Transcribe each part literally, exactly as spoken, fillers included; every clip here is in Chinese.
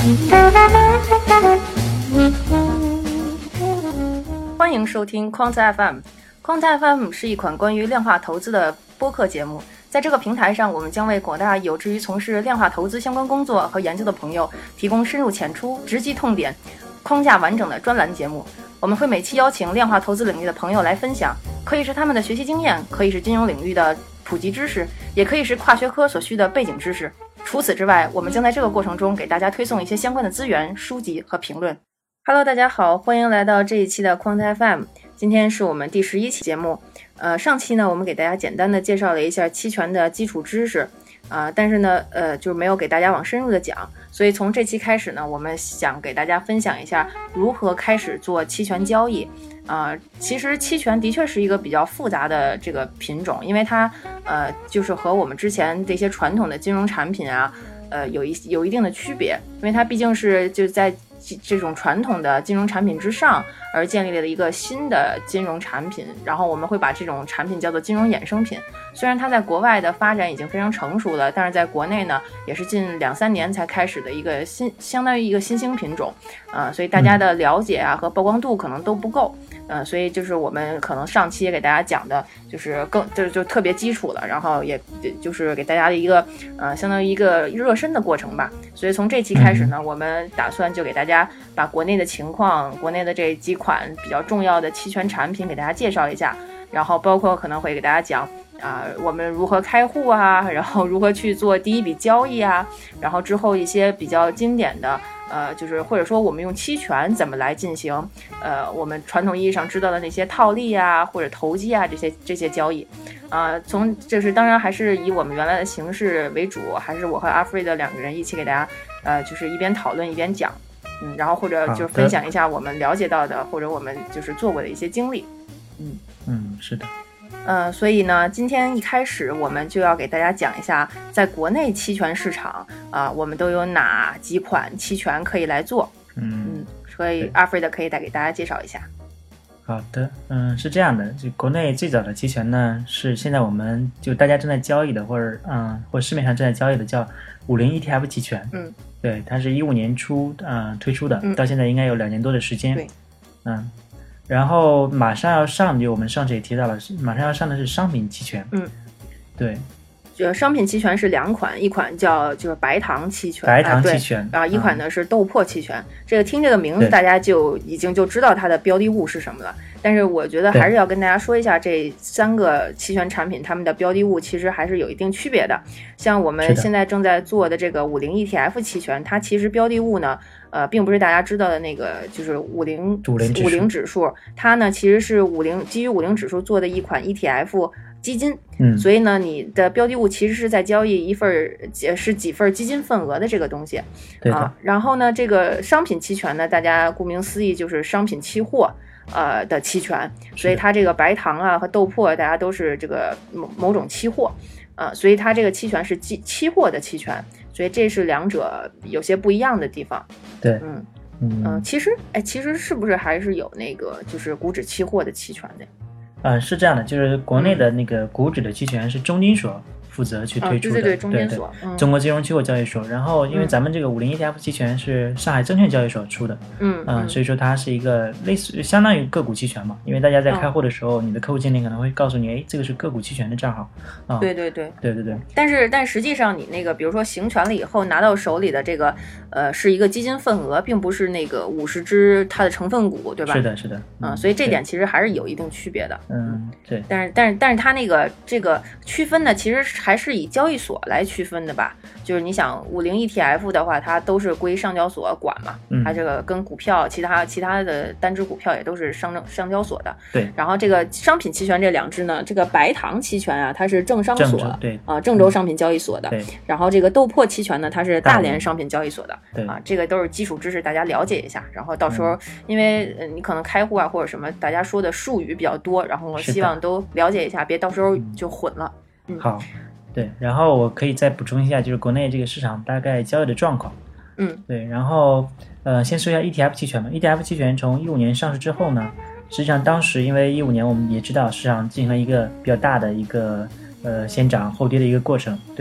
欢迎收听框子 F M。 框子 F M 是一款关于量化投资的播客节目，在这个平台上，我们将为广大有志于从事量化投资相关工作和研究的朋友提供深入浅出、直击痛点、框架完整的专栏节目。我们会每期邀请量化投资领域的朋友来分享，可以是他们的学习经验，可以是金融领域的普及知识，也可以是跨学科所需的背景知识。除此之外，我们将在这个过程中给大家推送一些相关的资源、书籍和评论。Hello， 大家好，欢迎来到这一期的框子 F M。 今天是我们第十一期节目。呃，上期呢，我们给大家简单的介绍了一下期权的基础知识，啊、呃，但是呢，呃，就没有给大家往深入的讲。所以从这期开始呢，我们想给大家分享一下如何开始做期权交易。啊、呃，其实期权的确是一个比较复杂的这个品种，因为它呃，就是和我们之前这些传统的金融产品啊，呃，有一有一定的区别，因为它毕竟是就在这种传统的金融产品之上而建立了一个新的金融产品，然后我们会把这种产品叫做金融衍生品。虽然它在国外的发展已经非常成熟了，但是在国内呢，也是近两三年才开始的一个新，相当于一个新兴品种，呃，所以大家的了解啊和曝光度可能都不够，呃，所以就是我们可能上期也给大家讲的，就是更就就特别基础了，然后也就是给大家的一个呃相当于一个热身的过程吧。所以从这期开始呢，我们打算就给大家把国内的情况、国内的这几款比较重要的期权产品给大家介绍一下，然后包括可能会给大家讲啊、呃，我们如何开户啊，然后如何去做第一笔交易啊，然后之后一些比较经典的呃，就是或者说我们用期权怎么来进行呃，我们传统意义上知道的那些套利啊或者投机啊这些这些交易啊、呃，从就是当然还是以我们原来的形式为主，还是我和阿 Free 的两个人一起给大家呃，就是一边讨论一边讲。嗯，然后或者就分享一下我们了解到的或者我们就是做过的一些经历。 嗯嗯，是的。 呃，所以呢，今天一开始我们就要给大家讲一下，在国内期权市场啊、呃，我们都有哪几款期权可以来做。 嗯嗯，所以阿菲的可以再给大家介绍一下。 好的，嗯，是这样的，就国内最早的期权呢，是现在我们就大家正在交易的，或者嗯，或者市面上正在交易的叫五零 E T F 期权。 嗯，对， 它是一五年初呃推出的、 嗯，到现在应该有两年多的时间。 对， 嗯，然后马上要上，就我们上次也提到了，马上要上的是商品期权。 嗯， 对。 这商品期权是两款，一款叫就是白糖期权， 白糖期权， 啊，一款呢、嗯、是豆粕期权。这个听这个名字，大家就已经就知道它的标的物是什么了。但是我觉得还是要跟大家说一下，这三个期权产品它们的标的物其实还是有一定区别的。像我们现在正在做的这个五零 E T F 期权，它其实标的物呢，呃，并不是大家知道的那个，就是五零五零指数，它呢其实是五零基于五零指数做的一款 E T F。基金， 嗯， 所以呢，你的标的物其实是在交易一份是几份基金份额的这个东西， 对的。 啊，然后呢，这个商品期权呢，大家顾名思义就是商品期货，呃的期权，所以它这个白糖啊和豆粕，大家都是这个某某种期货，啊，所以它这个期权是期期货的期权，所以这是两者有些不一样的地方。 对， 嗯嗯、 呃，其实，哎，其实是不是还是有那个就是股指期货的期权的？ 嗯，是这样的，就是国内的那个股指的期权是中金所负责去推出的， 哦、对对对，中金所， 对对嗯、 中国金融期货交易所。然后，因为咱们这个五零 E T F 期权是上海证券交易所出的， 嗯嗯、呃，所以说它是一个类似相当于个股期权嘛。因为大家在开户的时候，哦、你的客户经理可能会告诉你，哎，这个是个股期权的账号啊。 对对对对对对。 但是但实际上，你那个比如说行权了以后拿到手里的这个，呃，是一个基金份额，并不是那个五十只它的成分股，对吧？ 是的，是的。 嗯，嗯所以这点其实还是有一定区别的。 嗯，对。 但是但是但是它那个这个区分呢，其实还是以交易所来区分的吧？就是你想五零 E T F 的话，它都是归上交所管嘛， 嗯、 它这个跟股票其他其他的单只股票也都是上证上交所的。 对。 然后这个商品期权这两只呢，这个白糖期权啊，它是证商所， 对啊、呃，郑州商品交易所的。 对。 然后这个豆粕期权呢，它是大连商品交易所的。 对。 啊，这个都是基础知识，大家了解一下。然后到时候，嗯、因为呃你可能开户啊或者什么，大家说的术语比较多，然后我希望都了解一下，别到时候就混了。嗯， 好。对，然后我可以再补充一下，就是国内这个市场大概交易的状况。 嗯， 对，然后呃，先说一下 E T F 期权嘛。E T F 期权从一五年上市之后呢，实际上当时因为一五年我们也知道市场进行了一个比较大的一个呃先涨后跌的一个过程，对，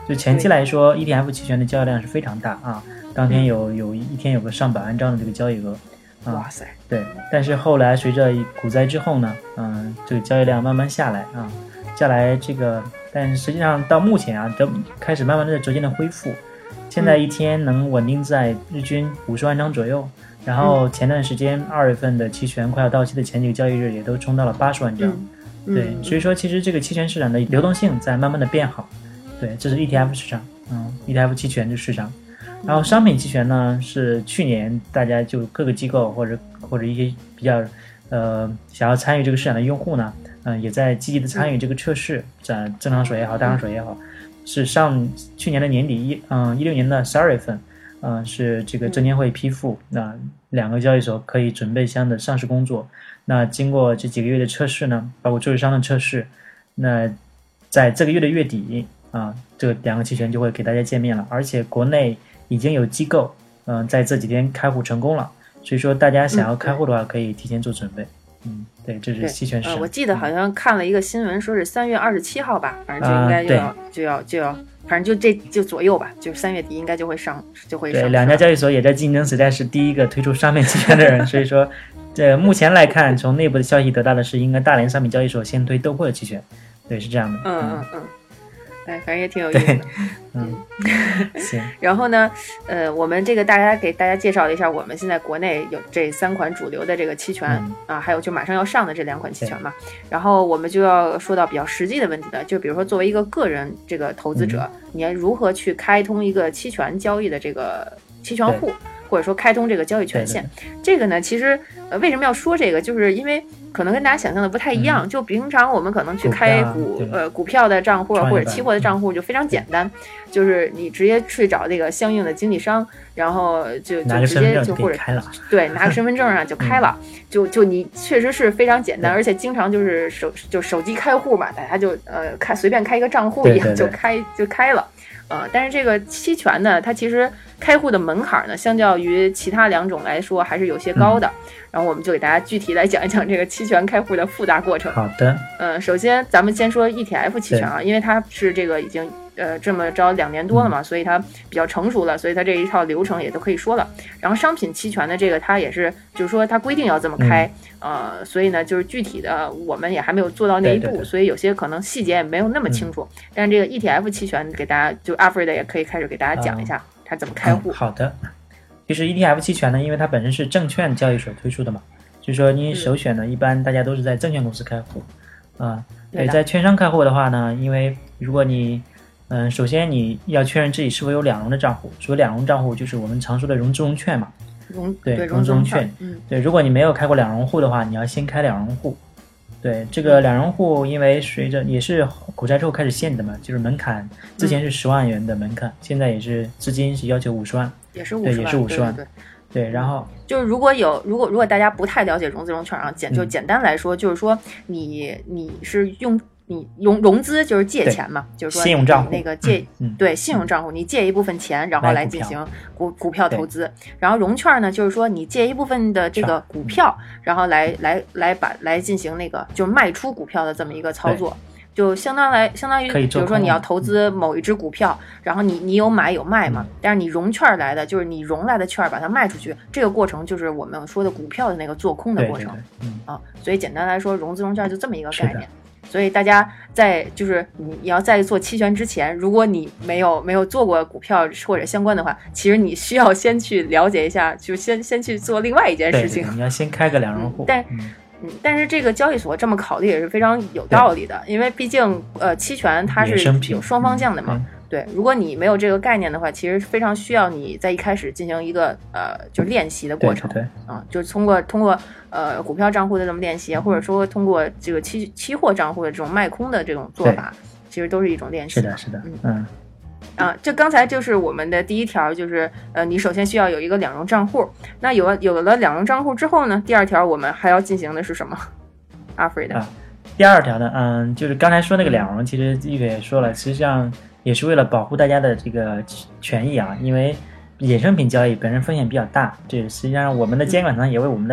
就前期来说 E T F 期权的交易量是非常大啊，当天有有一天有个上百万张的这个交易额。 嗯、哇塞！ 对，但是后来随着股灾之后呢，嗯，这个交易量慢慢下来啊，下来这个，但实际上到目前啊，都开始慢慢的逐渐的恢复，现在一天能稳定在日均五十万张左右。然后前段时间二月份的期权快要到期的前几个交易日也都冲到了八十万张。 嗯、 对，所以说其实这个期权市场的流动性在慢慢的变好。对，这是 E T F 市场，嗯 ，E T F 期权的市场。然后商品期权呢，是去年大家就各个机构或者或者一些比较呃想要参与这个市场的用户呢，嗯、呃，也在积极的参与这个测试，在正常水也好，大常水也好，是上去年的年底一嗯一六年的十二月份，嗯、呃、是这个证监会批复，那两个交易所可以准备相应的上市工作。那经过这几个月的测试呢，包括做市商的测试，那在这个月的月底啊，这个两个期权就会给大家见面了，而且国内已经有机构，嗯、呃，在这几天开户成功了，所以说大家想要开户的话，可以提前做准备。嗯，对，这是期权市场、 呃。我记得好像看了一个新闻，说是三月二十七号吧，反正就应该就要、呃、就要就要，反正就这就左右吧，就是三月底应该就会上就会上。 对，两家交易所也在竞争，实在是第一个推出商品期权的人，所以说，这目前来看，从内部的消息得到的是，应该大连商品交易所先推豆粕的期权。对，是这样的。 嗯嗯嗯。哎，反正也挺有意思的。 嗯，行。 然后呢，呃，我们这个大家给大家介绍了一下，我们现在国内有这三款主流的这个期权、嗯、啊，还有就马上要上的这两款期权嘛。然后我们就要说到比较实际的问题了，就比如说作为一个个人这个投资者，嗯、你要如何去开通一个期权交易的这个期权户，或者说开通这个交易权限？对对对，这个呢，其实呃为什么要说这个，就是因为可能跟大家想象的不太一样，嗯、就平常我们可能去开股股呃股票的账户或者期货的账户就非常简单，就是你直接去找这个相应的经纪商，然后就就直接就或者对拿个身份证啊就开了，嗯、就就你确实是非常简单，而且经常就是手就手机开户嘛，大家就呃开随便开一个账户一样就开就开了。呃，但是这个期权呢，它其实开户的门槛呢，相较于其他两种来说还是有些高的。嗯、然后我们就给大家具体来讲一讲这个期权开户的复杂过程。 好的。 呃，首先咱们先说 E T F 期权啊，因为它是这个已经呃这么着两年多了嘛，嗯、所以它比较成熟了，所以它这一套流程也都可以说了。然后商品期权的这个它也是，就是说它规定要这么开，嗯、呃，所以呢就是具体的我们也还没有做到那一步， 对对对， 所以有些可能细节也没有那么清楚。嗯、但是这个 E T F 期权给大家就 Alfred 也可以开始给大家讲一下、嗯、它怎么开户。 嗯、好的。其实 E T F 期权呢，因为它本身是证券交易所推出的嘛，就是说你首选呢，嗯、一般大家都是在证券公司开户啊。对，在券商开户的话呢，因为如果你嗯，首先你要确认自己是否有两融的账户，所谓两融账户就是我们常说的融资融券嘛。 融对对融资融券， 嗯， 对，如果你没有开过两融户的话，你要先开两融户。对，这个两融户，因为随着也是股灾之后开始限的嘛，就是门槛之前是十万元的门槛，嗯、现在也是资金是要求五十万， 也是五十万， 对，也是五十万， 对对对。对，然后就是如果有如果如果大家不太了解融资融券啊，简就简单来说，嗯、就是说你你是用。你融融资就是借钱嘛，就是说信用账户那个借、 嗯、 对信用账户，你借一部分钱，然后来进行股股票投资。然后融券呢，就是说你借一部分的这个股票，然后来来来把来进行那个就是卖出股票的这么一个操作。就相当来相当于，比如说你要投资某一只股票，嗯、然后你你有买有卖嘛，嗯、但是你融券来的就是你融来的券把它卖出去，这个过程就是我们说的股票的那个做空的过程。 对对对嗯、 啊，所以简单来说，融资融券就这么一个概念。所以大家在就是你你要在做期权之前，如果你没有没有做过股票或者相关的话，其实你需要先去了解一下，就先先去做另外一件事情。 对对，你要先开个两融户。 嗯、但嗯嗯，但是这个交易所这么考虑也是非常有道理的，因为毕竟呃期权它是有双方向的嘛。嗯、对，如果你没有这个概念的话，其实非常需要你在一开始进行一个呃就练习的过程。 对对对啊，就是通过通过呃股票账户的这么练习，或者说通过这个期期货账户的这种卖空的这种做法，其实都是一种练习。 是的，是的，嗯嗯。 啊，这刚才就是我们的第一条，就是呃，你首先需要有一个两融账户。那有了有了两融账户之后呢，第二条我们还要进行的是什么？阿弗瑞德。 啊，第二条呢，嗯，就是刚才说那个两融，其实玉伟也说了，实际上也是为了保护大家的这个权益啊，因为衍生品交易本身风险比较大，这实际上我们的监管层也为我们的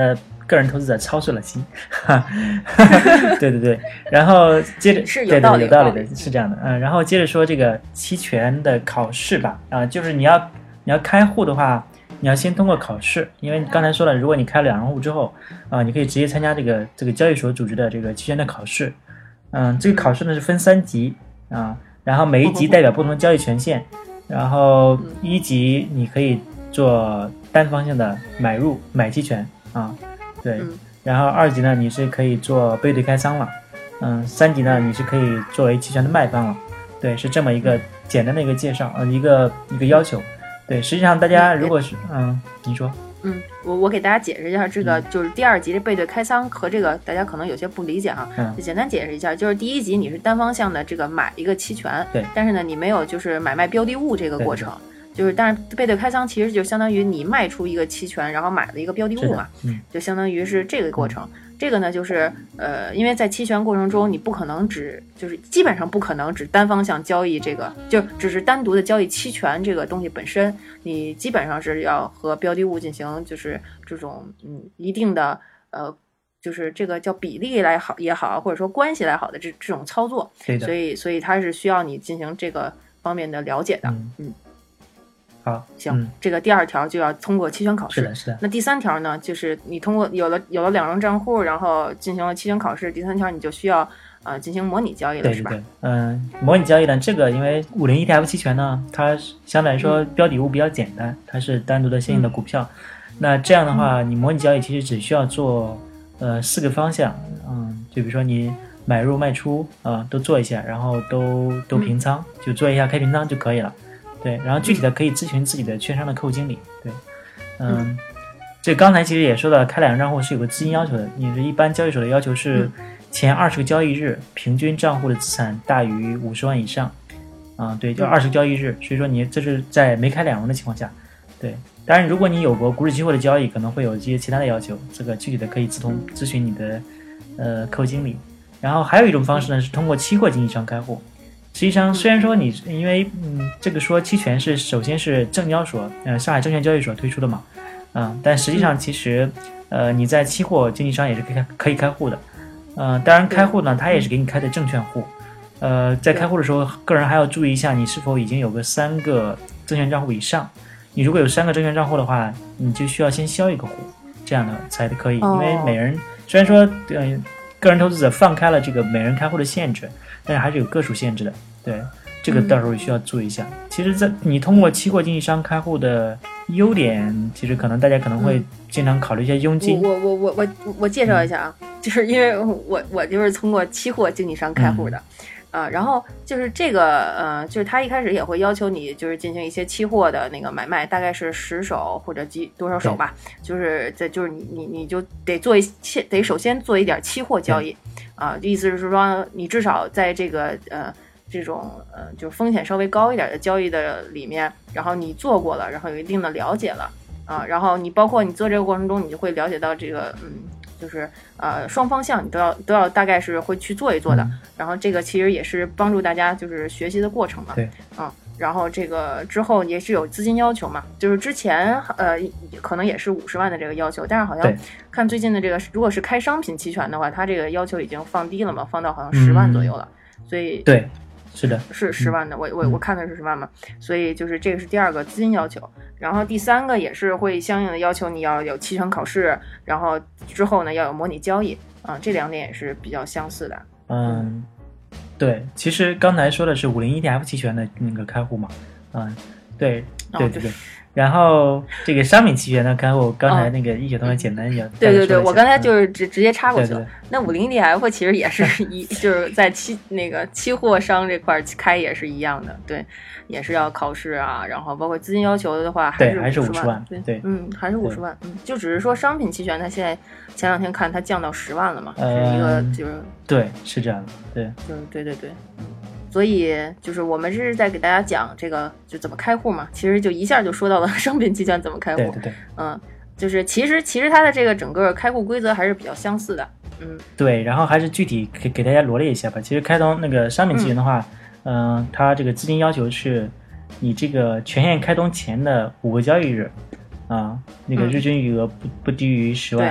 个人投资者操碎了心。对对对，然后接着是有道理， 对对有道理的，是这样的。嗯，然后接着说这个期权的考试吧。啊、呃，就是你要你要开户的话，你要先通过考试，因为刚才说了，如果你开了两人户之后，啊、呃，你可以直接参加这个这个交易所组织的这个期权的考试。嗯、呃，这个考试呢是分三级啊、呃，然后每一级代表不同的交易权限。然后一级你可以做单方向的买入买期权啊，对，然后二级呢你是可以做背对开仓了，嗯，三级呢你是可以作为期权的卖方了，对，是这么一个简单的一个介绍，呃，一个一个要求，对，实际上大家如果是嗯，你说。 嗯，我我给大家解释一下，这个就是第二级的背对开仓和这个大家可能有些不理解哈， 嗯， 就简单解释一下，就是第一级你是单方向的这个买一个期权， 对， 但是呢你没有就是买卖标的物这个过程， 对对对， 就是但是背对开仓其实就相当于你卖出一个期权，然后买了一个标的物嘛， 嗯， 就相当于是这个过程。嗯，这个呢，就是呃，因为在期权过程中，你不可能只就是基本上不可能只单方向交易这个，就只是单独的交易期权这个东西本身，你基本上是要和标的物进行就是这种嗯一定的呃，就是这个叫比例来好也好，或者说关系来好的这这种操作， 对的， 所以所以它是需要你进行这个方面的了解的， 嗯。 嗯好， 行、 嗯， 这个第二条就要通过期权考试。 是的，是的。 那第三条呢，就是你通过有了有了两人账户，然后进行了期权考试。第三条你就需要呃进行模拟交易了， 对对对，是吧？嗯，模拟交易呢，这个因为五零 E T F 期权呢，它相对来说标的物比较简单，它是单独的现有的股票。嗯、那这样的话，你模拟交易其实只需要做呃四个方向，嗯，就比如说你买入卖出啊、呃、都做一下，然后都都平仓、嗯，就做一下开平仓就可以了。对，然后具体的可以咨询自己的券商的客户经理。对，嗯，嗯这刚才其实也说到，开两个账户是有个资金要求的。你是一般交易所的要求是前二十个交易日平均账户的资产大于五十万以上。啊、嗯，对，就二十个交易日。所以说你这是在没开两轮的情况下。对，当然如果你有过股指期货的交易，可能会有一些其他的要求，这个具体的可以自通咨询你的呃客户经理。然后还有一种方式呢，是通过期货经纪商开户。实际上，虽然说你因为嗯，这个说期权是首先是证交所，呃，上海证券交易所推出的嘛，啊、呃，但实际上其实，呃，你在期货经纪商也是可以开可以开户的，呃，当然开户呢，它也是给你开的证券户，呃，在开户的时候，个人还要注意一下，你是否已经有个三个证券账户以上，你如果有三个证券账户的话，你就需要先销一个户，这样的才可以，因为每人虽然说，呃，个人投资者放开了这个每人开户的限制。但是还是有个数限制的，对，这个到时候需要注意一下。嗯、其实，在你通过期货经纪商开户的优点，其实可能大家可能会经常考虑一些佣金。 嗯、我我我我我我介绍一下啊，嗯、就是因为我我就是通过期货经纪商开户的，啊、嗯呃，然后就是这个呃，就是他一开始也会要求你就是进行一些期货的那个买卖，大概是十手或者几多少手吧，就是这就是你你你就得做一些得首先做一点期货交易。啊，意思是说，你至少在这个呃这种呃就是风险稍微高一点的交易的里面，然后你做过了，然后有一定的了解了啊，然后你包括你做这个过程中，你就会了解到这个嗯，就是呃双方向你都要都要大概是会去做一做的，嗯、然后这个其实也是帮助大家就是学习的过程嘛， 对， 啊。然后这个之后也是有资金要求嘛，就是之前呃可能也是五十万的这个要求，但是好像看最近的这个，如果是开商品期权的话，它这个要求已经放低了嘛，放到好像十万左右了，嗯、所以对，是的， 是十万的，我我我看的是十万嘛，所以就是这个是第二个资金要求，然后第三个也是会相应的要求你要有期权考试，然后之后呢要有模拟交易啊、呃，这两点也是比较相似的， 嗯。对，其实刚才说的是五零 E T F 期权的那个开户嘛，嗯，对，对对对。哦、然后这个商品期权的开户，刚才那个易雪同学简单讲、哦， 对对对，我刚才就是直直接插过去了。 对对对， 那五零 E T F 其实也是一，就是在期那个期货商这块开也是一样的，对，也是要考试啊，然后包括资金要求的话，还是还是五十万， 对对， 嗯，还是五十万，嗯，就只是说商品期权它现在前两天看它降到十万了嘛， 呃、 是一个就是对，是这样的，对， 就是对对对。所以就是我们是在给大家讲这个就怎么开户嘛，其实就一下就说到了商品期权怎么开户， 对对对， 嗯，就是其实其实它的这个整个开户规则还是比较相似的，嗯， 对，然后还是具体给给大家罗列一下吧。其实开通那个商品期权的话，嗯、呃，它这个资金要求是你这个权限开通前的五个交易日啊、呃，那个日均余额不不低于十万。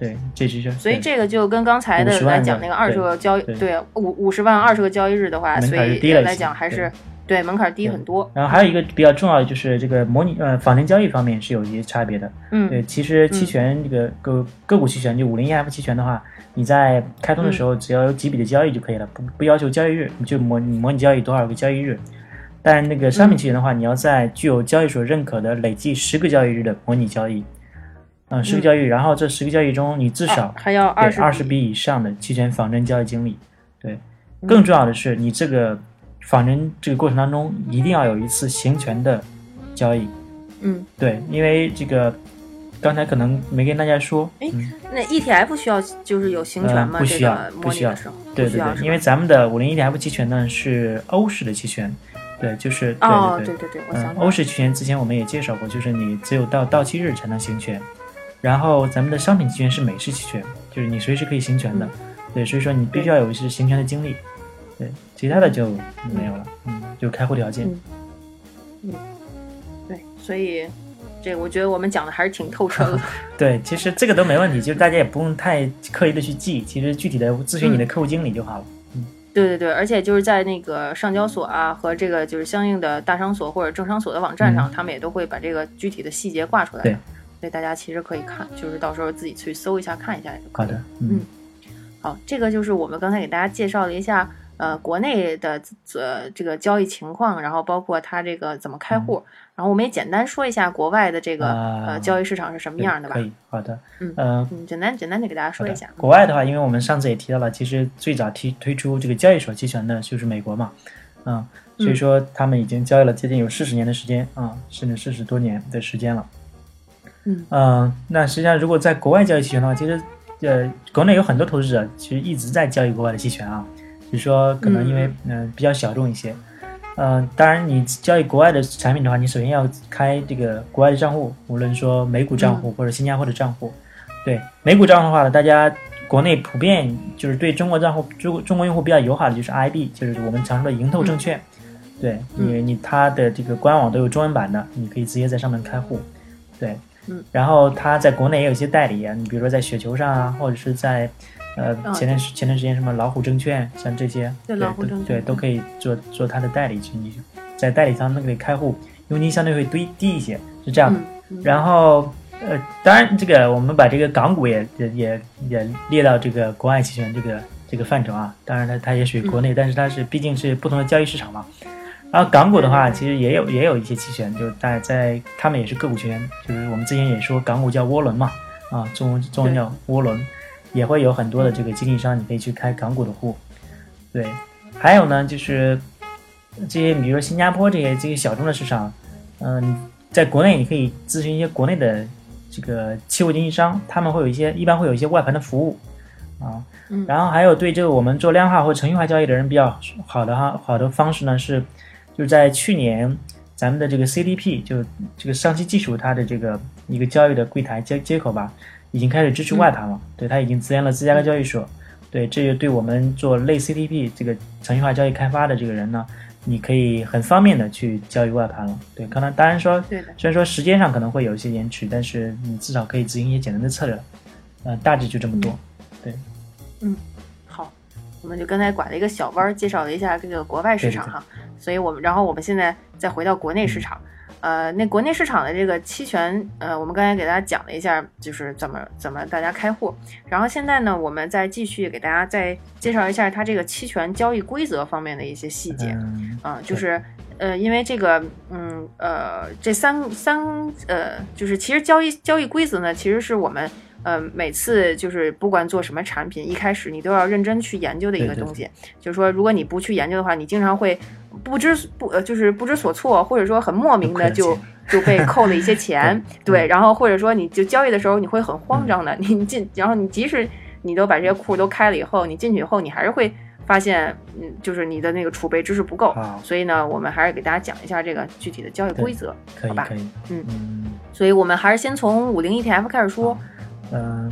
对，这只是所以这个就跟刚才的来讲那个二十个交易，对五五十万二十个交易日的话，所以来讲还是对门槛低很多。 然后还有一个比较重要的就是这个模拟呃仿真交易方面是有一些差别的。 嗯， 对，其实期权这个个个股期权就五零 E T F 期权的话，你在开通的时候只要有几笔的交易就可以了，不不要求交易日，你就模你模拟交易多少个交易日。但那个商品期权的话，你要在具有交易所认可的累计十个交易日的模拟交易。嗯，十个交易，然后这十个交易中，你至少、 啊、还要二十二十笔以上的期权仿真交易经历。对，更重要的是，你这个仿真这个过程当中，一定要有一次行权的交易。 嗯， 对，因为这个刚才可能没跟大家说。 哎、嗯，那 E T F 需要就是有行权吗？ 呃、不需要， 这个、 不需要。对对对， 因为咱们的五零 E T F 期权呢是欧式的期权。对，就是对哦， 对对对对，我想嗯，欧式期权之前我们也介绍过，就是你只有到到期日才能行权。然后咱们的商品期权是美式期权，就是你随时可以行权的。嗯、对，所以说你必须要有一次行权的经历。对，其他的就没有了。嗯，就开户条件。 嗯，嗯对，所以这个我觉得我们讲的还是挺透彻的。 对，其实这个都没问题，就是大家也不用太刻意的去记，其实具体的咨询你的客户经理就好了。嗯， 对对对，而且就是在那个上交所啊和这个就是相应的大商所或者政商所的网站上，嗯、他们也都会把这个具体的细节挂出来。 对。 所以大家其实可以看，就是到时候自己去搜一下看一下也就可以。 好的， 嗯，嗯好，这个就是我们刚才给大家介绍了一下，呃，国内的呃这个交易情况，然后包括它这个怎么开户，嗯、然后我们也简单说一下国外的这个、呃、呃交易市场是什么样的吧。 可以，好的， 嗯呃嗯，简单简单的给大家说一下。 国外的话，因为我们上次也提到了，其实最早提推出这个交易所期权的就是美国嘛，嗯，所以说他们已经交易了接近有四十年的时间啊、嗯，甚至四十多年的时间了。 嗯呃，那实际上如果在国外交易期权的话，其实呃国内有很多投资者其实一直在交易国外的期权啊，只是说可能因为嗯、呃、比较小众一些。呃，当然你交易国外的产品的话，你首先要开这个国外的账户，无论说美股账户或者新加坡的账户。对，美股账户的话呢，大家国内普遍就是对中国账户中中国用户比较友好的就是 I B， 就是我们常说的盈透证券。对，因为你它的这个官网都有中文版的，你可以直接在上面开户。对。 嗯， 然后它在国内也有一些代理啊，你比如说在雪球上啊，或者是在呃前段前段时间什么老虎证券，像这些， 对老虎证券， 对都可以做做它的代理，你在代理商那里开户，佣金相对会低低一些，是这样的。 嗯嗯、 然后呃，当然这个我们把这个港股也也也也列到这个国外期权这个这个范畴啊，当然它它也属于国内， 嗯、 但是它是毕竟是不同的交易市场嘛。然后港股的话，其实也有也有一些期权，就是在在他们也是个股期权，就是我们之前也说港股叫涡轮嘛，啊，中文中文叫涡轮，也会有很多的这个经纪商，你可以去开港股的户。对，还有呢，就是这些，比如说新加坡这些这些小众的市场，嗯，在国内你可以咨询一些国内的这个期货经纪商，他们会有一些一般会有一些外盘的服务啊。然后还有对这个我们做量化或程序化交易的人比较好的哈好的方式呢是。就在去年，咱们的这个 C D P 就这个上期技术它的这个一个交易的柜台接接口吧，已经开始支持外盘了。嗯、对，它已经资源了芝加哥交易所。对，这就对我们做类 C D P 这个程序化交易开发的这个人呢，你可以很方便的去交易外盘了。对，可能当然说， 对的， 虽然说时间上可能会有一些延迟，但是你至少可以执行一些简单的策略了。呃，大致就这么多。 嗯、对，嗯。我们就刚才拐了一个小弯，介绍了一下这个国外市场哈， 对对对， 所以我们然后我们现在再回到国内市场，嗯、呃，那国内市场的这个期权，呃，我们刚才给大家讲了一下，就是怎么怎么大家开户，然后现在呢，我们再继续给大家再介绍一下它这个期权交易规则方面的一些细节， 嗯， 啊、呃，就是呃，因为这个，嗯呃，这三三呃，就是其实交易交易规则呢，其实是我们。呃，每次就是不管做什么产品，一开始你都要认真去研究的一个东西。 对对对， 就是说，如果你不去研究的话，你经常会不知不呃，就是不知所措，或者说很莫名的就就被扣了一些钱。对，对，然后或者说你就交易的时候你会很慌张的，嗯、你进，然后你即使你都把这些库都开了以后，你进去以后，你还是会发现，嗯，就是你的那个储备知识不够。所以呢，我们还是给大家讲一下这个具体的交易规则，好吧？ 可以，可以， 嗯嗯。所以我们还是先从五零 E T F 开始说。 嗯嗯，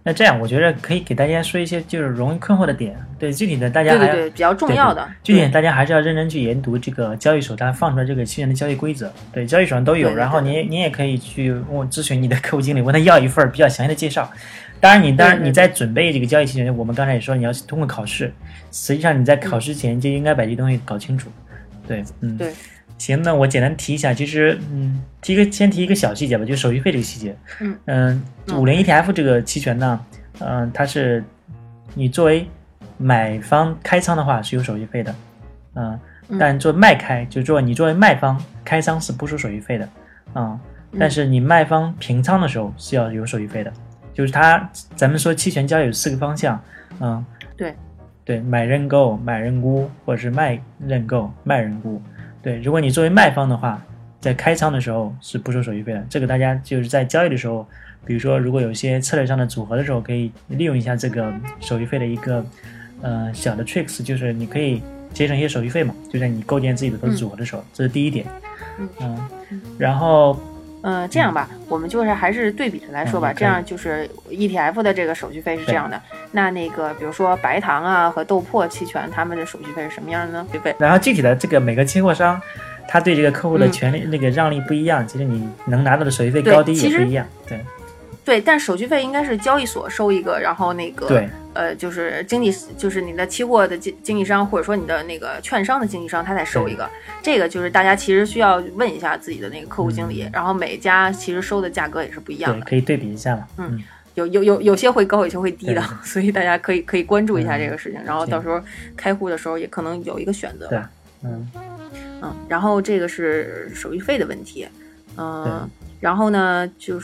那这样我觉得可以给大家说一些就是容易困惑的点，对具体的大家还对对对比较重要的， 具体大家还是要认真去研读这个交易所它放出来这个期权的交易规则，对交易所上都有， 对对对然后你你也可以去问咨询你的客户经理，问他要一份比较详细的介绍。当然你当然你在准备这个交易期权，我们刚才也说你要通过考试，实际上你在考试前就应该把这些东西搞清楚。对，嗯， 对。 行，那我简单提一下，其实，嗯，提一个先提一个小细节吧，就手续费这个细节。 嗯嗯，五零 E T F 这个期权呢，嗯，它是你作为买方开仓的话是有手续费的，嗯，但做卖开，就是说你作为卖方开仓是不收手续费的，啊、嗯，但是你卖方平仓的时候是要有手续费的，就是它，咱们说期权交易有四个方向，嗯， 对， 对，买认购、买认沽，或者是卖认购、卖认沽。对，如果你作为卖方的话，在开仓的时候是不收手续费的。这个大家就是在交易的时候，比如说如果有一些策略上的组合的时候，可以利用一下这个手续费的一个呃小的 tricks， 就是你可以节省一些手续费嘛，就在你构建自己的投资组合的时候，嗯、这是第一点。嗯，嗯然后。 呃，这样吧、嗯，我们就是还是对比着来说吧、嗯，这样就是 E T F 的这个手续费是这样的。那那个比如说白糖啊和豆粕期权，他们的手续费是什么样的呢？对不对？ 然后具体的这个每个期货商，他对这个客户的权利、嗯、那个让利不一样，其实你能拿到的手续费高低也不一样。对。 对，但手续费应该是交易所收一个，然后那个对， 呃，就是经纪，就是你的期货的经经纪商，或者说你的那个券商的经纪商，他再收一个。这个就是大家其实需要问一下自己的那个客户经理，嗯、然后每家其实收的价格也是不一样的， 对，可以对比一下嘛。 嗯，嗯有有有有些会高，有些会低的， 对对对所以大家可以可以关注一下这个事情，嗯、然后到时候开户的时候也可能有一个选择吧。 嗯嗯，然后这个是手续费的问题，嗯、呃，然后呢就是。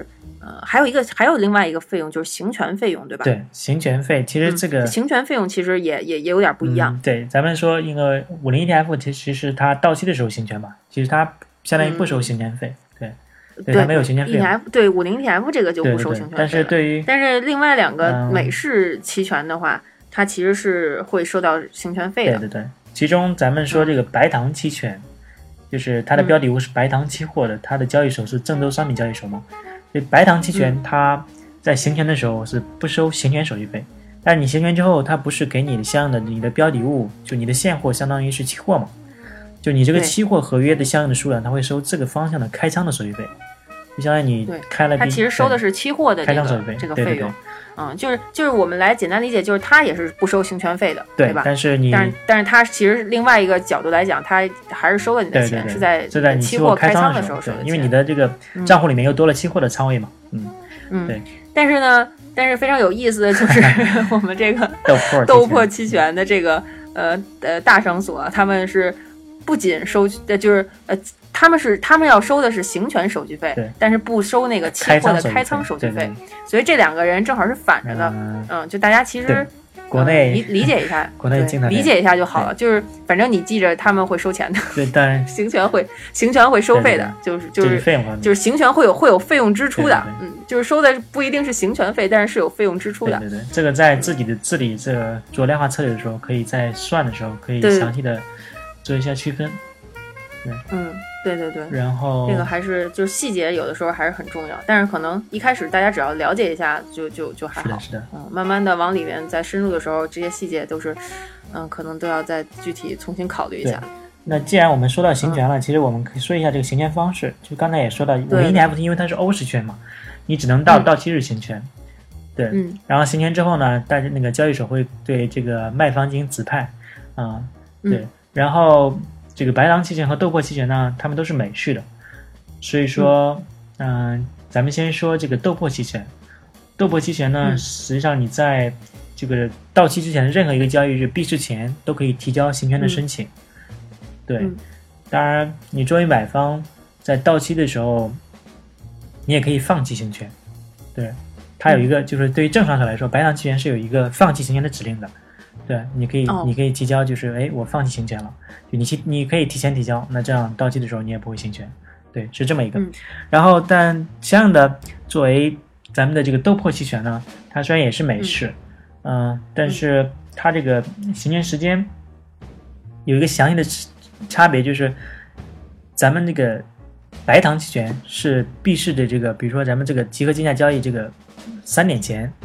呃，还有一个，还有另外一个费用就是行权费用，对吧？ 对，行权费其实这个、 嗯、行权费用其实也也也有点不一样。 嗯、对，咱们说一个五零 E T F， 其实是它到期的时候行权嘛，其实它相当于不收行权费，嗯、对，对，它没有行权费用。 E T F 对五零 E T F 这个就不收行权费了， 但是对于但是另外两个美式期权的话，嗯、它其实是会收到行权费的。 对对对，其中咱们说这个白糖期权，嗯、就是它的标的物是白糖期货的，嗯、它的交易所是郑州商品交易所嘛。白糖期权它在行权的时候是不收行权手续费，嗯、但你行权之后，它不是给你的相应的你的标的物，就你的现货相当于是期货嘛，就你这个期货合约的相应的数量，它会收这个方向的开仓的手续费，就相当于你开了， 它其实收的是期货的、这个、 开仓手续费这个费用。 对对对嗯，就是就是我们来简单理解，就是它也是不收行权费的， 对吧？ 但是你， 但是但是它其实另外一个角度来讲，它还是收了你的钱， 对对对是在是在你期货开仓的时候收的钱， 因为你的这个账户里面又多了期货的仓位嘛，嗯嗯， 对。 但是呢，但是非常有意思的就是我们这个豆粕豆粕期权的这个呃呃大商所，他们是不仅收呃就是呃。他们是他们要收的是行权手续费，但是不收那个期货的开仓手续费，所以这两个人正好是反着的。嗯, 嗯，就大家其实国内、 呃、理理解一下， 国内经常理解一下就好了。就是反正你记着他们会收钱的， 对，当然行权会行权会收费的， 对对就是就是费用就是行权会有会有费用支出的， 对对对嗯，就是收的不一定是行权费，但是是有费用支出的。 对对对，这个在自己的治理这个做量化策略的时候，可以在算的时候可以详细的做一下区分。对， 嗯。对对对， 然后这个还是就是细节有的时候还是很重要，但是可能一开始大家只要了解一下就就就还好， 是的，是的， 嗯，慢慢的往里面再深入的时候，这些细节都是，嗯，可能都要再具体重新考虑一下。 那既然我们说到行权了，嗯、其实我们可以说一下这个行权方式。就刚才也说到，五零 E T F 因为它是欧式券嘛，你只能到到期日行权，嗯、对， 嗯， 然后行权之后呢，大家那个交易所会对这个卖方进行指派，啊、嗯，对，嗯、然后。这个白糖期权和豆粕期权呢，它们都是美式的，所以说，嗯、呃，咱们先说这个豆粕期权。豆粕期权呢， 嗯、 实际上你在这个到期之前的任何一个交易日闭市前都可以提交行权的申请。嗯、对， 嗯、 当然你作为买方在到期的时候，你也可以放弃行权。对，它有一个、嗯、就是对于正常者来说，白糖期权是有一个放弃行权的指令的。对，你可以， 哦、 你可以提交，就是哎，我放弃行权了，就你你可以提前提交，那这样到期的时候你也不会行权，对，是这么一个。 嗯、 然后，但相应的，作为咱们的这个豆粕期权呢，它虽然也是美式，嗯、呃，但是它这个行权时间有一个详细的差别，就是咱们这个白糖期权是闭市的这个，比如说咱们这个集合竞价交易这个三点前。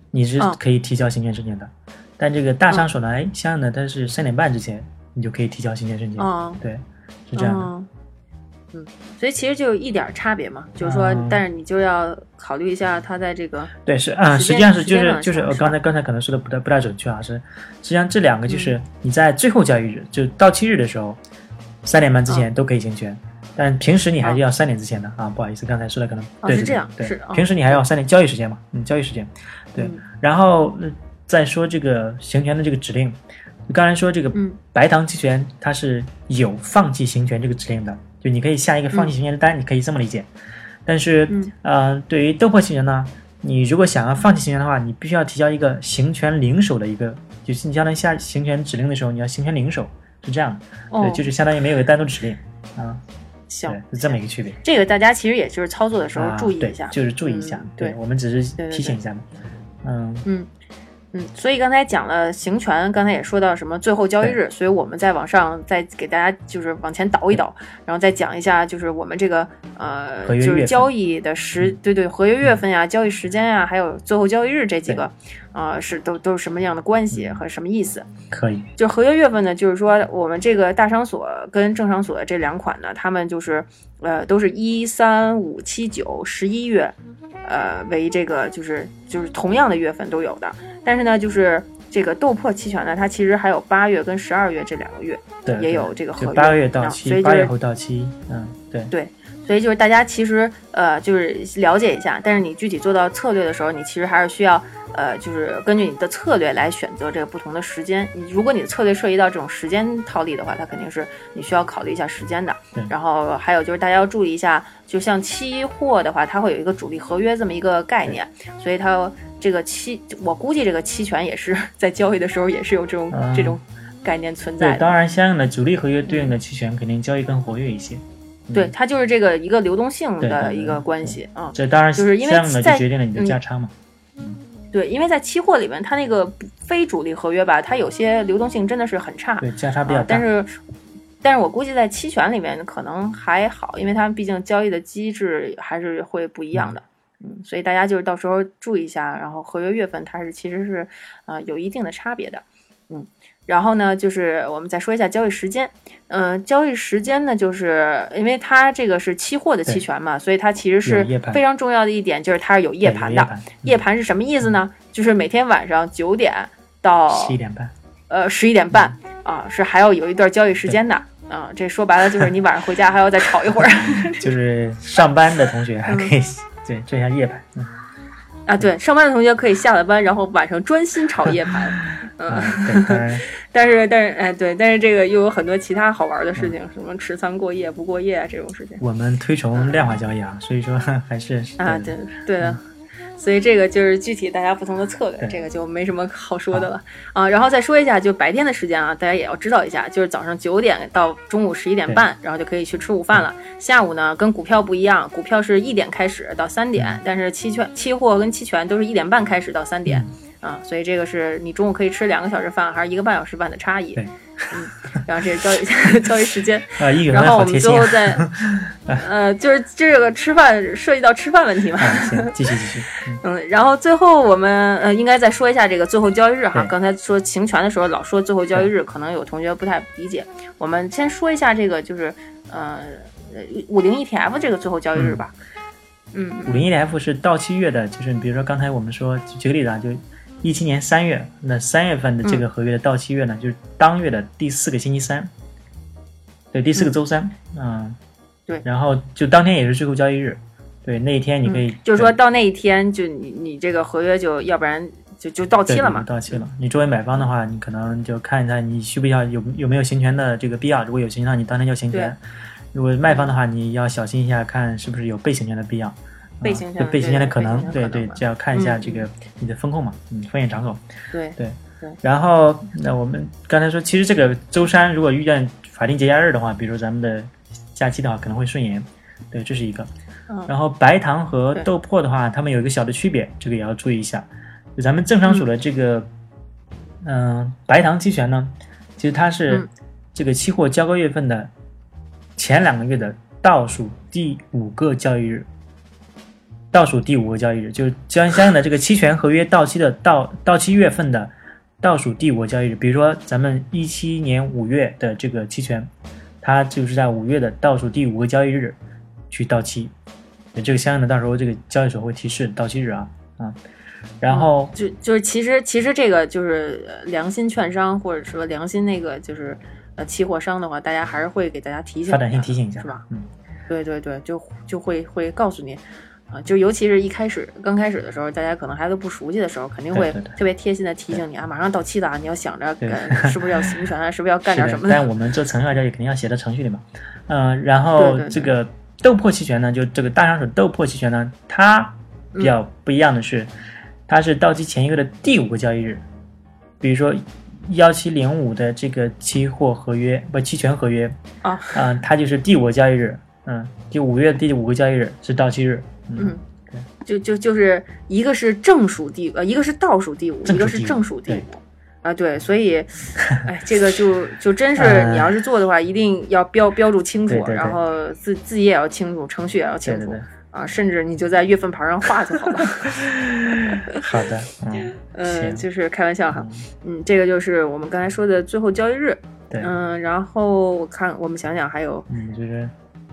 你是可以提交行权申请的。嗯、但这个大商所呢，哎、嗯，相应的它是三点半之前你就可以提交行权申请。 嗯， 对，是这样的。 嗯嗯，所以其实就一点差别嘛，就是说， 嗯、 但是你就要考虑一下它在这个对是啊、嗯，实际上是就是就是我刚才刚才可能说的不太不太准确啊，是实际上这两个就是你在最后交易日、嗯、就到期日的时候，三点半之前都可以行权，嗯、但平时你还是要三点之前的、嗯、啊，不好意思，刚才说的可能、 哦、 对是这样， 对， 是、哦、 平时你还要三点交易时间嘛，嗯，交易时间，对，嗯、然后、呃、再说这个行权的这个指令，刚才说这个白糖期权它是有放弃行权这个指令的。就你可以下一个放弃行权的单、嗯、你可以这么理解，但是、嗯、呃，对于豆粕期权呢，你如果想要放弃行权的话，你必须要提交一个行权领手的一个，就是你相当于下行权指令的时候，你要行权领手，是这样的，哦、对，就是相当于没有一个单独指令啊。 行， 是这么一个区别。 这个大家其实也就是操作的时候注意一下， 啊、对，就是注意一下。 嗯、 对， 对我们只是提醒一下嘛。 对对对嗯嗯。嗯，所以刚才讲了行权，刚才也说到什么最后交易日，所以我们再往上再给大家就是往前倒一倒，然后再讲一下就是我们这个呃就是交易的时，对对，合约月份呀、嗯、交易时间呀，还有最后交易日这几个，呃是都都是什么样的关系和什么意思？ 可以， 就合约月份呢，就是说我们这个大商所跟正商所的这两款呢，他们就是呃都是一三五七九十一月，呃为这个就是就是同样的月份都有的。但是呢，就是这个豆粕期权呢，它其实还有八月跟十二月这两个月， 对， 也有这个合约， 八个月到期， 所以八月后到期，嗯，对对，所以就是大家其实呃就是了解一下，但是你具体做到策略的时候，你其实还是需要呃就是根据你的策略来选择这个不同的时间。你如果你的策略涉及到这种时间套利的话，它肯定是你需要考虑一下时间的。然后还有就是大家要注意一下，就像期货的话，它会有一个主力合约这么一个概念，所以它。这个期，我估计这个期权也是在交易的时候也是有这种、嗯、这种概念存在的。 对，当然相应的主力合约对应的期权肯定交易更活跃一些。 嗯、对，它就是这个一个流动性的一个关系啊、嗯。 这当然就是因为相应的就决定了你的价差嘛。 嗯、对，因为在期货里面，它那个非主力合约吧，它有些流动性真的是很差， 对，价差比较大。 啊、但是，但是我估计在期权里面可能还好，因为它毕竟交易的机制还是会不一样的。嗯嗯，所以大家就是到时候注意一下，然后合约月份它是其实是呃有一定的差别的，嗯，然后呢就是我们再说一下交易时间，嗯、呃，交易时间呢就是因为它这个是期货的期权嘛，所以它其实是非常重要的一点就是它是有夜盘的，夜盘、嗯、夜盘是什么意思呢？就是每天晚上九点到十一点半， 呃十一点半啊，是还要有一段交易时间的。啊、嗯，这说白了就是你晚上回家还要再炒一会儿， 就是上班的同学还可以、嗯、对做一下夜盘。嗯啊，对，上班的同学可以下了班，然后晚上专心炒夜盘。嗯， 啊、对但是但是哎，对，但是这个又有很多其他好玩的事情，嗯、什么持仓过夜不过夜啊这种事情。 我们推崇量化交易啊，嗯、所以说还是啊，对对的。嗯所以这个就是具体大家不同的策略，这个就没什么好说的了啊。然后再说一下，就白天的时间啊，大家也要知道一下，就是早上九点到中午十一点半，然后就可以去吃午饭了。下午呢，跟股票不一样，股票是一点开始到三点，但是期权、期货跟期权都是一点半开始到三点。啊，所以这个是你中午可以吃两个小时饭，还是一个半小时饭的差异。 对， 嗯，然后这是交易交易时间啊，一然后我们最后再，呃，就是这个吃饭涉及到吃饭问题嘛。 啊、行，继续继续。 嗯, 嗯，然后最后我们呃应该再说一下这个最后交易日哈。刚才说行权的时候老说最后交易日，可能有同学不太理解。我们先说一下这个就是呃五零 E T F 这个最后交易日吧。嗯， 五零 E T F 是到期月的，就是比如说刚才我们说举个例子啊，就。一七年三月，那三月份的这个合约的到期月呢，嗯、就是当月的第四个星期三，对，第四个周三，嗯，嗯对， 然后就当天也是最后交易日，对，那一天你可以， 嗯、就是说到那一天，就你你这个合约就要不然就就到期了嘛， 到期了。你作为买方的话，你可能就看一下你需不需要有有没有行权的这个必要，如果有行权，你当天就行权；如果卖方的话，你要小心一下，看是不是有被行权的必要。 被行权、 啊、被行权的可能，对对, 对，就要看一下这个你的风控嘛，嗯，风险敞口， 对对对。然后那我们刚才说，其实这个周三如果遇见法定节假日的话，比如咱们的假期的话，可能会顺延，对，这是一个。 嗯、 然后白糖和豆粕的话，它们有一个小的区别，这个也要注意一下。就咱们正常属的这个，嗯、呃，白糖期权呢，其实它是这个期货交割月份的前两个月的倒数第五个交易日。 倒数第五个交易日，就是相相应的这个期权合约到期的到到期月份的倒数第五个交易日。比如说咱们一七年五月的这个期权，它就是在五月的倒数第五个交易日去到期，这个相应的到时候这个交易所会提示到期日啊啊。然后、 嗯、就就是其实其实这个就是良心券商或者说良心那个就是呃期货商的话，大家还是会给大家提醒， 发短信提醒一下， 是吧？ 嗯， 对对对，就就会会告诉你啊，就尤其是一开始刚开始的时候，大家可能还都不熟悉的时候，肯定会特别贴心的提醒你啊，马上到期了啊，你要想着是不是要行权啊，是不是要干点什么的。 但我们做程序交易肯定要写到程序里嘛，嗯、呃，然后这个豆粕期权呢，就这个大商水豆粕期权呢，它比较不一样的是。嗯，它是到期前一个的第五个交易日，比如说一七零五的这个期货合约不期权合约啊， 啊、呃，它就是第五个交易日，嗯，第五月第五个交易日是到期日，嗯， 嗯就就就是一个是正数第呃，一个是倒数第五，一个是正数第五啊，对，所以哎，这个就就真是你要是做的话，一定要标标注清楚， 对对对， 然后自自己也要清楚，程序也要清楚。 对对对啊，甚至你就在月份牌上画就好了。 好的，嗯， 呃，就是开玩笑哈，嗯，这个就是我们刚才说的最后交易日， 对， 嗯，然后我看我们想想还有， 嗯，就是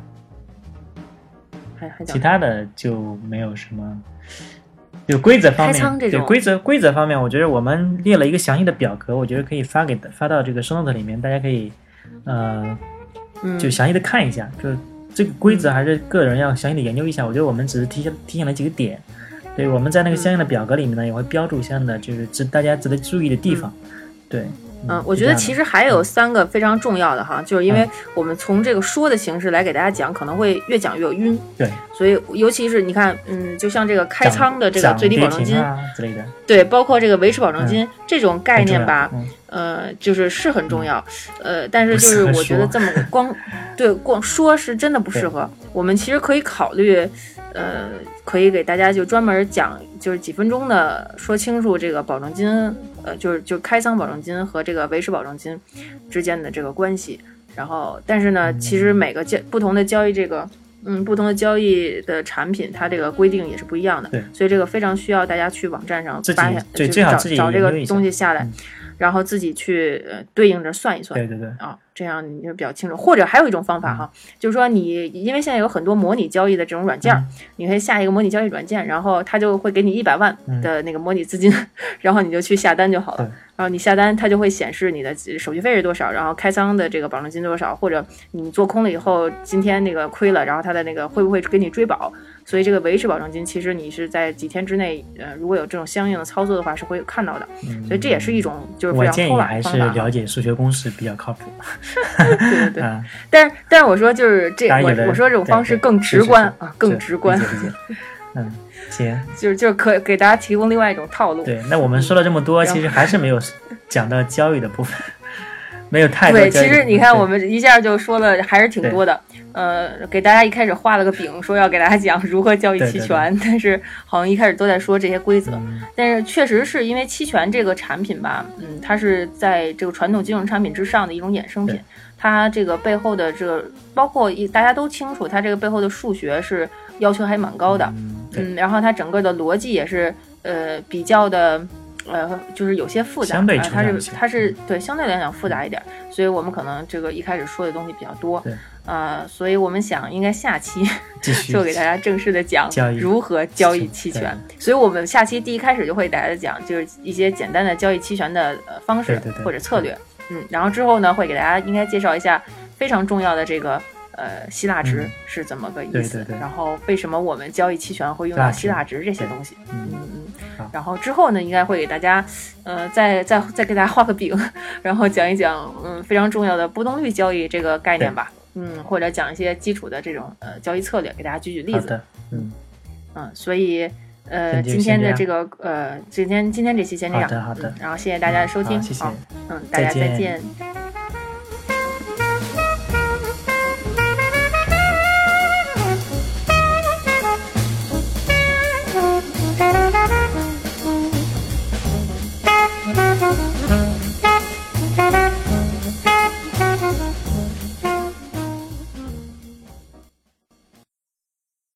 还还其他的就没有什么，就规则方面，对规则规则方面，我觉得我们列了一个详细的表格，我觉得可以发给发到这个 show note 里面，大家可以呃，就详细的看一下，就。这个规则还是个人要详细的研究一下，我觉得我们只是提醒提醒了几个点，对，我们在那个相应的表格里面呢，也会标注相应的就是值大家值得注意的地方，对。 嗯，我觉得其实还有三个非常重要的哈，就是因为我们从这个说的形式来给大家讲，可能会越讲越有晕。 对， 所以尤其是你看，嗯，就像这个开仓的这个最低保证金啊之类的， 对，包括这个维持保证金、嗯、这种概念吧， 嗯、 呃，就是是很重要，嗯、呃，但是就是我觉得这么光对光说是真的不适合。我们其实可以考虑，呃，可以给大家就专门讲，就是几分钟的说清楚这个保证金。呃，就是就开仓保证金和这个维持保证金之间的这个关系，然后但是呢，其实每个交不同的交易这个嗯不同的交易的产品，它这个规定也是不一样的， 对， 所以这个非常需要大家去网站上发现， 对， 最好自己找这个东西下来， 嗯、 然后自己去呃对应着算一算， 对对对啊，这样你就比较清楚。或者还有一种方法哈，嗯、就是说你因为现在有很多模拟交易的这种软件，嗯、你可以下一个模拟交易软件，然后它就会给你一百万的那个模拟资金，嗯、然后你就去下单就好了。然后你下单，它就会显示你的手续费是多少，然后开仓的这个保证金多少，或者你做空了以后，今天那个亏了，然后它的那个会不会给你追保？所以这个维持保证金，其实你是在几天之内，呃，如果有这种相应的操作的话，是会看到的。嗯、所以这也是一种就是非常偷懒的方法。 我建议还是了解数学公式比较靠谱。 对对对。嗯、但是但是我说就是这我我说这种方式更直观啊，更直观。 嗯。行， 就是就是可给大家提供另外一种套路。 对，那我们说了这么多，其实还是没有讲到交易的部分，没有太多交易的部分。 对，其实你看，我们一下就说了，还是挺多的。呃，给大家一开始画了个饼，说要给大家讲如何交易期权， 对对对， 但是好像一开始都在说这些规则。 嗯、 但是确实是因为期权这个产品吧，嗯，它是在这个传统金融产品之上的一种衍生品。它这个背后的这个，包括大家都清楚，它这个背后的数学是要求还蛮高的， 嗯， 嗯，然后它整个的逻辑也是呃比较的呃就是有些复杂， 相对呃、它是它是对相对来讲复杂一点，所以我们可能这个一开始说的东西比较多， 对， 呃，所以我们想应该下期就给大家正式的讲如何交易期权，所以我们下期第一开始就会给大家讲就是一些简单的交易期权的呃方式或者策略。对对对，嗯，然后之后呢，会给大家应该介绍一下非常重要的这个呃希腊值是怎么个意思， 嗯、对对对， 然后为什么我们交易期权会用到希腊值这些东西， 嗯嗯，然后之后呢，应该会给大家呃再再再给大家画个饼，然后讲一讲嗯非常重要的波动率交易这个概念吧，嗯，或者讲一些基础的这种呃交易策略，给大家举举例子。 好的，嗯嗯，所以。呃，今天的这个呃，今天今天这期先这样， 好的好的、 嗯，然后谢谢大家的收听， 嗯、好，谢谢， 嗯，大家再见。 再见。